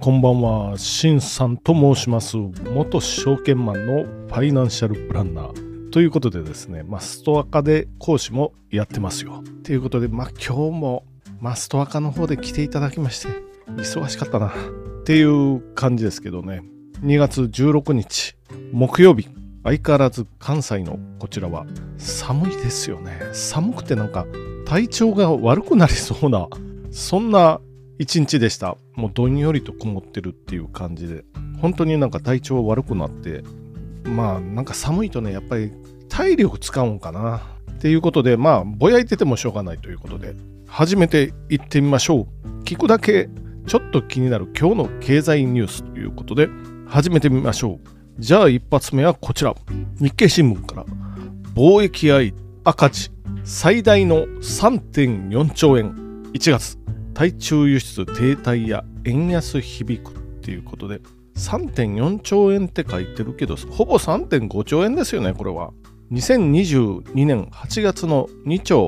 こんばんは、しんさんと申します。元証券マンのファイナンシャルプランナーということでですね、ストアカで講師もやってますよということで、今日もストアカの方で来ていただきまして忙しかったなっていう感じですけどね。2月16日木曜日、相変わらず関西のこちらは寒いですよね。寒くて体調が悪くなりそうな、そんな一日でした。もうどんよりと曇ってるっていう感じで、本当に体調悪くなって、寒いとね、やっぱり体力使うんかなっていうことで、ぼやいててもしょうがないということで、始めていってみましょう。聞くだけちょっと気になる今日の経済ニュースということで、始めてみましょう。じゃあ一発目はこちら。日経新聞から、貿易相赤字最大の 3.4 兆円1月。対中輸出停滞や円安響くっていうことで 3.4 兆円って書いてるけど、ほぼ 3.5 兆円ですよね。これは2022年8月の2兆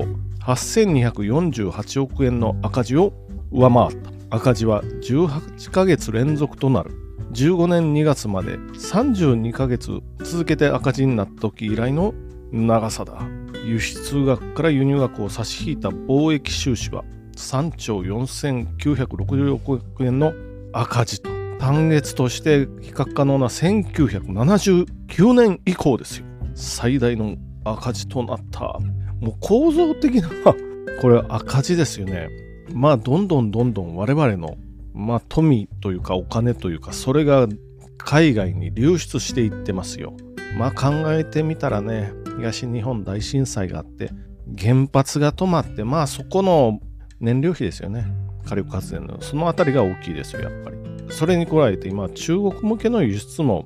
8248億円の赤字を上回った。赤字は18ヶ月連続となる。15年2月まで32ヶ月続けて赤字になった時以来の長さだ。輸出額から輸入額を差し引いた貿易収支は3兆4960億円の赤字と、単月として比較可能な1979年以降ですよ。最大の赤字となった。もう構造的なこれ赤字ですよね。どんどん我々の富というかお金というか、それが海外に流出していってますよ。考えてみたらね、東日本大震災があって原発が止まって、そこの燃料費ですよね。火力発電のそのあたりが大きいですよ、やっぱり。それに加えて今中国向けの輸出も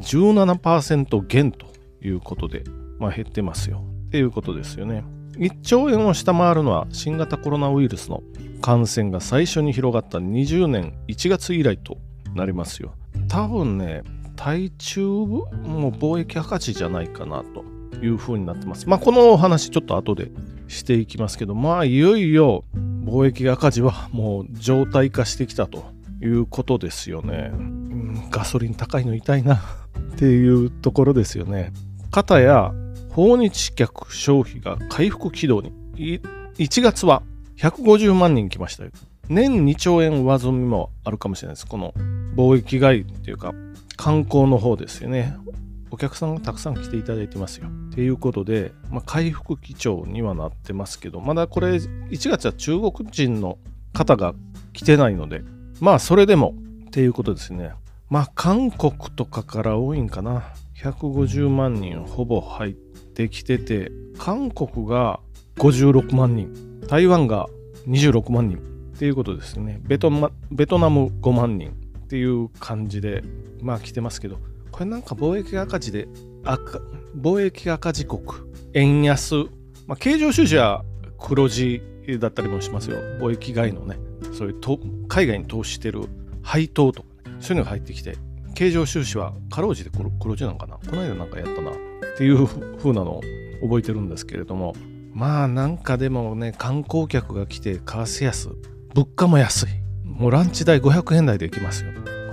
17% 減ということで、減ってますよっていうことですよね。1兆円を下回るのは新型コロナウイルスの感染が最初に広がった20年1月以来となりますよ。多分ね、対中も貿易赤字じゃないかなというふうになってます。このお話ちょっと後でしていきますけど、いよいよ貿易赤字はもう常態化してきたということですよね。ガソリン高いの痛いなっていうところですよね。かたや訪日客消費が回復軌道に、1月は150万人来ましたよ。年2兆円上積みもあるかもしれないです。この貿易外っていうか観光の方ですよね。お客さんがたくさん来ていただいてますよっていうことで、回復基調にはなってますけど、まだこれ1月は中国人の方が来てないので、それでもっていうことですね。韓国とかから多いんかな。150万人ほぼ入ってきてて、韓国が56万人、台湾が26万人っていうことですね。ベトナム5万人っていう感じで来てますけど、これ貿易赤字で貿易赤字国、円安、経常収支は黒字だったりもしますよ。貿易外のね、そういう海外に投資してる配当とか、そういうのが入ってきて、経常収支はかろうじて黒字なのかな。この間やったなっていう風なのを覚えてるんですけれども、でもね、観光客が来て為替安、物価も安い、もうランチ代500円台で行きますよ。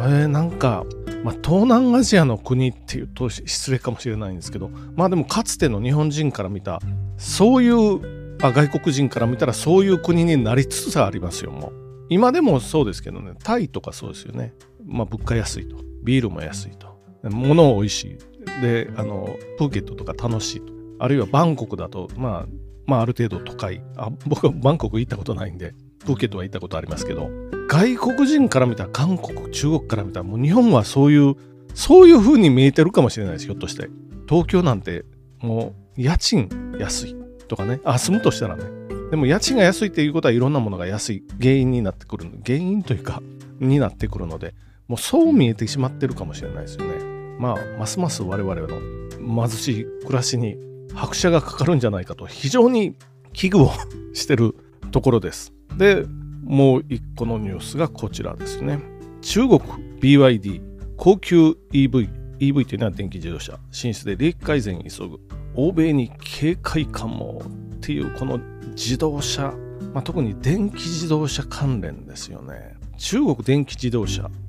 東南アジアの国っていうと失礼かもしれないんですけど、でもかつての日本人から見たそういう外国人から見たらそういう国になりつつありますよ。もう今でもそうですけどね、タイとかそうですよね。物価安いと、ビールも安いと、物美味しいで、プーケットとか楽しいと、あるいはバンコクだとある程度都会、僕はバンコク行ったことないんでプーケットは行ったことありますけど、外国人から見たら、韓国、中国から見たら、もう日本はそういう風に見えてるかもしれないです。ひょっとして東京なんてもう家賃安いとかね、住むとしたらね、でも家賃が安いっていうことはいろんなものが安い原因になってくる、原因というかになってくるので、もうそう見えてしまってるかもしれないですよね。ますます我々の貧しい暮らしに拍車がかかるんじゃないかと非常に危惧をしてるところです。で、もう一個のニュースがこちらですね。中国 BYD 高級 EV というのは電気自動車進出で利益改善急ぐ、欧米に警戒感もっていう、この自動車、特に電気自動車関連ですよね。中国電気自動車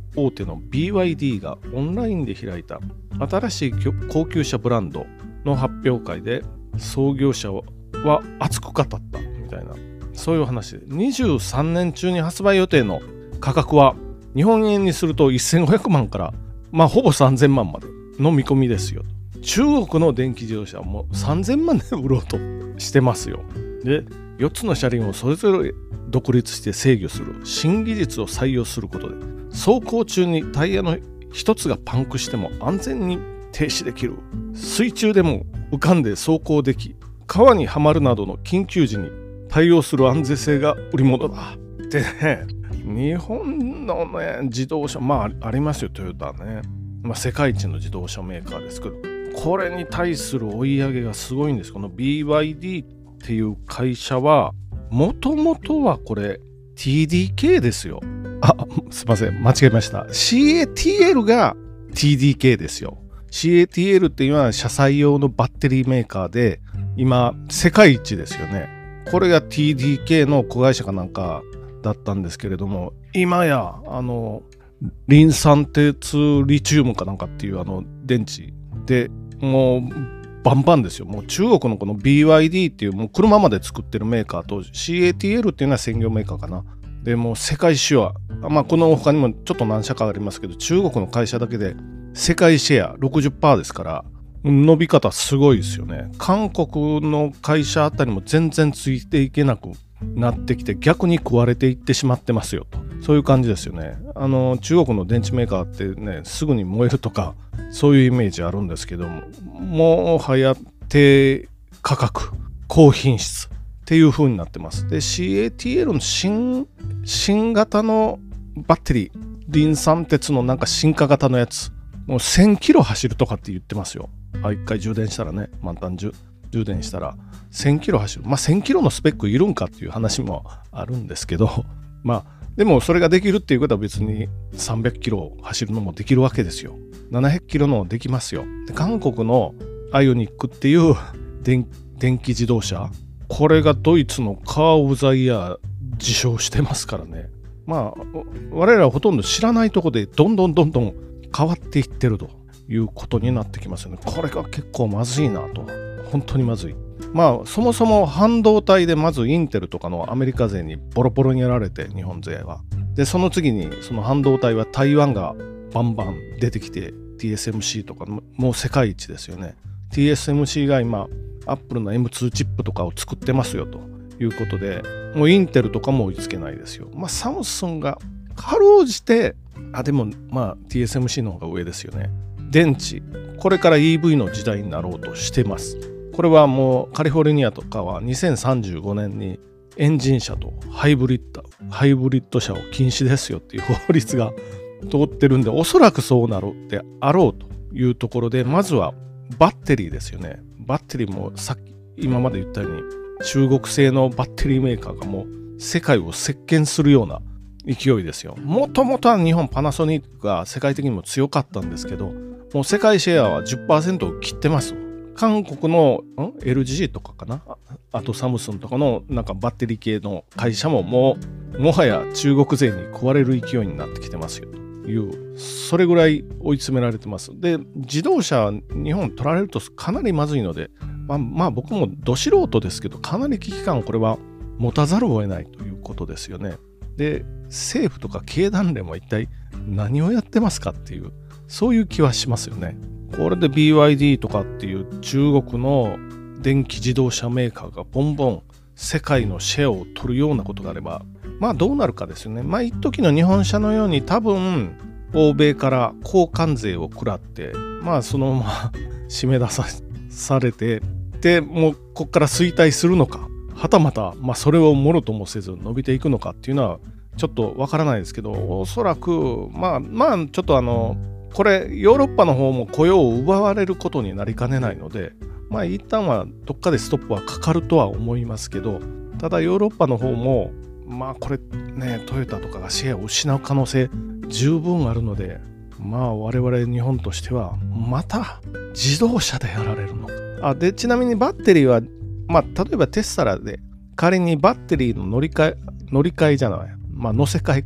大手の BYD がオンラインで開いた新しい高級車ブランドの発表会で、創業者は熱く語ったみたいな、そういう話で、23年中に発売予定の価格は日本円にすると1500万からほぼ3000万までの見込みですよ。中国の電気自動車はもう3000万で売ろうとしてますよ。で、4つの車輪をそれぞれ独立して制御する新技術を採用することで、走行中にタイヤの一つがパンクしても安全に停止できる、水中でも浮かんで走行でき、川にはまるなどの緊急時に対応する安全性が売り物だ。でね、日本のね自動車ありますよ、トヨタね。世界一の自動車メーカーですけど、これに対する追い上げがすごいんです。この BYD っていう会社はもともとはこれ TDK ですよ。すいません、間違えました。 CATL が TDK ですよ。 CATL っていうのは車載用のバッテリーメーカーで今世界一ですよね。これが TDK の子会社かなんかだったんですけれども、今やリン酸鉄リチウムかなんかっていう電池でもうバンバンですよ。もう中国のこの BYD っていうもう車まで作ってるメーカーと CATL っていうのは専業メーカーかな。でもう世界シェア、この他にもちょっと何社かありますけど、中国の会社だけで世界シェア 60% ですから、伸び方すごいですよね。韓国の会社あたりも全然ついていけなくなってきて、逆に食われていってしまってますよと、そういう感じですよね。中国の電池メーカーってね、すぐに燃えるとかそういうイメージあるんですけども、もはや低価格高品質っていう風になってます。で CATL の新型のバッテリー、リン酸鉄のなんか進化型のやつ、もう1000キロ走るとかって言ってますよ。1回充電したらね、満タン充電したら1000キロ走る。1000キロのスペックいるんかっていう話もあるんですけど、でもそれができるっていうことは別に300キロ走るのもできるわけですよ。700キロのできますよ。で韓国のアイオニックっていう電気自動車、これがドイツのカー・オブ・ザ・イヤー受賞してますからね。我々はほとんど知らないところでどんどん変わっていってるということになってきますよね。これが結構まずいなと。本当にまずい。そもそも半導体でまずインテルとかのアメリカ勢にボロボロにやられて、日本勢は。でその次にその半導体は台湾がバンバン出てきて、 TSMC とかもう世界一ですよね。 TSMC が今アップルの M2 チップとかを作ってますよということで、もうインテルとかも追いつけないですよ。サムスンがかろうじて、でもTSMC の方が上ですよね。電池、これから EV の時代になろうとしてます。これはもうカリフォルニアとかは2035年にエンジン車とハイブリッド車を禁止ですよっていう法律が通ってるんで、おそらくそうなるであろうというところで、まずはバッテリーですよね。バッテリーも今まで言ったように中国製のバッテリーメーカーがもう世界を席巻するような勢いですよ。もともとは日本パナソニックが世界的にも強かったんですけど、もう世界シェアは 10% を切ってます。韓国のLG とかかな、あとサムスンとかのなんかバッテリー系の会社ももはや中国勢に食われる勢いになってきてますよという、それぐらい追い詰められてます。で自動車日本取られるとかなりまずいので、僕もど素人ですけど、かなり危機感をこれは持たざるを得ないということですよね。で政府とか経団連は一体何をやってますかっていう、そういう気はしますよね。これで BYD とかっていう中国の電気自動車メーカーがボンボン世界のシェアを取るようなことがあれば、どうなるかですよね。一時の日本車のように多分欧米から交換税を食らって、そのまま締め出されて、でもうここから衰退するのか、はたまたそれをもろともせず伸びていくのかっていうのはちょっとわからないですけど、おそらくちょっとこれヨーロッパの方も雇用を奪われることになりかねないので、一旦はどっかでストップはかかるとは思いますけど、ただヨーロッパの方もこれね、トヨタとかがシェアを失う可能性十分あるので、我々日本としてはまた自動車でやられるのか。でちなみにバッテリーは例えばテスラで仮にバッテリーの乗り換えじゃない、乗せ替えか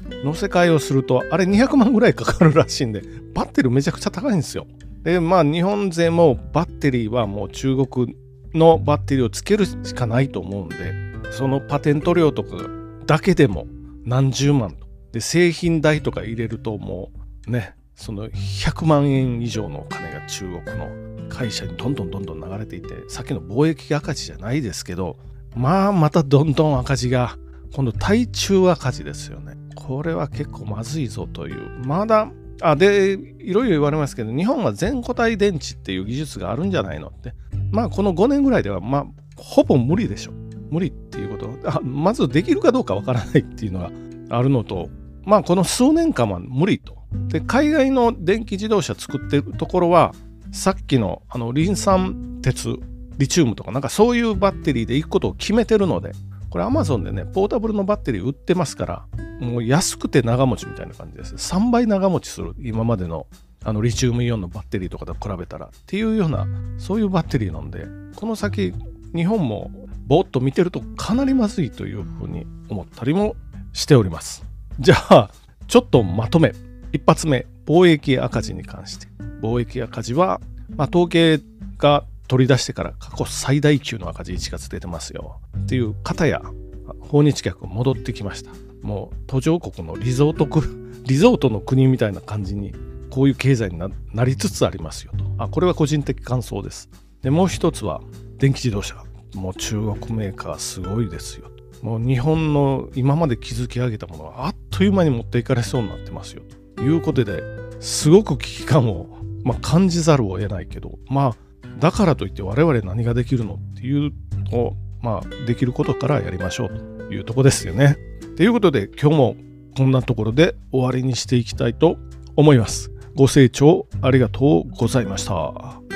乗せ替えをするとあれ200万ぐらいかかるらしいんで、バッテリーめちゃくちゃ高いんですよ。で日本勢もバッテリーはもう中国のバッテリーをつけるしかないと思うんで、そのパテント料とかだけでも何十万とで、製品代とか入れるともうね、その100万円以上のお金が中国の会社にどんどん流れていて、さっきの貿易赤字じゃないですけど、またどんどん赤字が、今度対中赤字ですよね。これは結構まずいぞという。でいろいろ言われますけど、日本は全固体電池っていう技術があるんじゃないのって、この5年ぐらいではほぼ無理でしょ。無理っていうことまずできるかどうかわからないっていうのがあるのと、この数年間は無理と。で海外の電気自動車作ってるところは、さっきのリン酸鉄リチウムとかそういうバッテリーで行くことを決めてるので、これ Amazon でねポータブルのバッテリー売ってますから、もう安くて長持ちみたいな感じです。3倍長持ちする、今までのリチウムイオンのバッテリーとかと比べたらっていうような、そういうバッテリーなんで、この先日本もぼーっと見てるとかなりまずいというふうに思ったりもしております。じゃあちょっとまとめ。一発目、貿易赤字に関して。貿易赤字は、統計が取り出してから過去最大級の赤字1月出てますよっていう方や、訪日客戻ってきました。もう途上国のリゾートの国みたいな感じにこういう経済に なりつつありますよと。これは個人的感想です。でもう一つは電気自動車。もう中国メーカーすごいですよと。もう日本の今まで築き上げたものはあっという間に持っていかれそうになってますよということで、すごく危機感を、感じざるを得ないけど、だからといって我々何ができるのっていうのを、できることからやりましょうというところですよね。ということで今日もこんなところで終わりにしていきたいと思います。ご清聴ありがとうございました。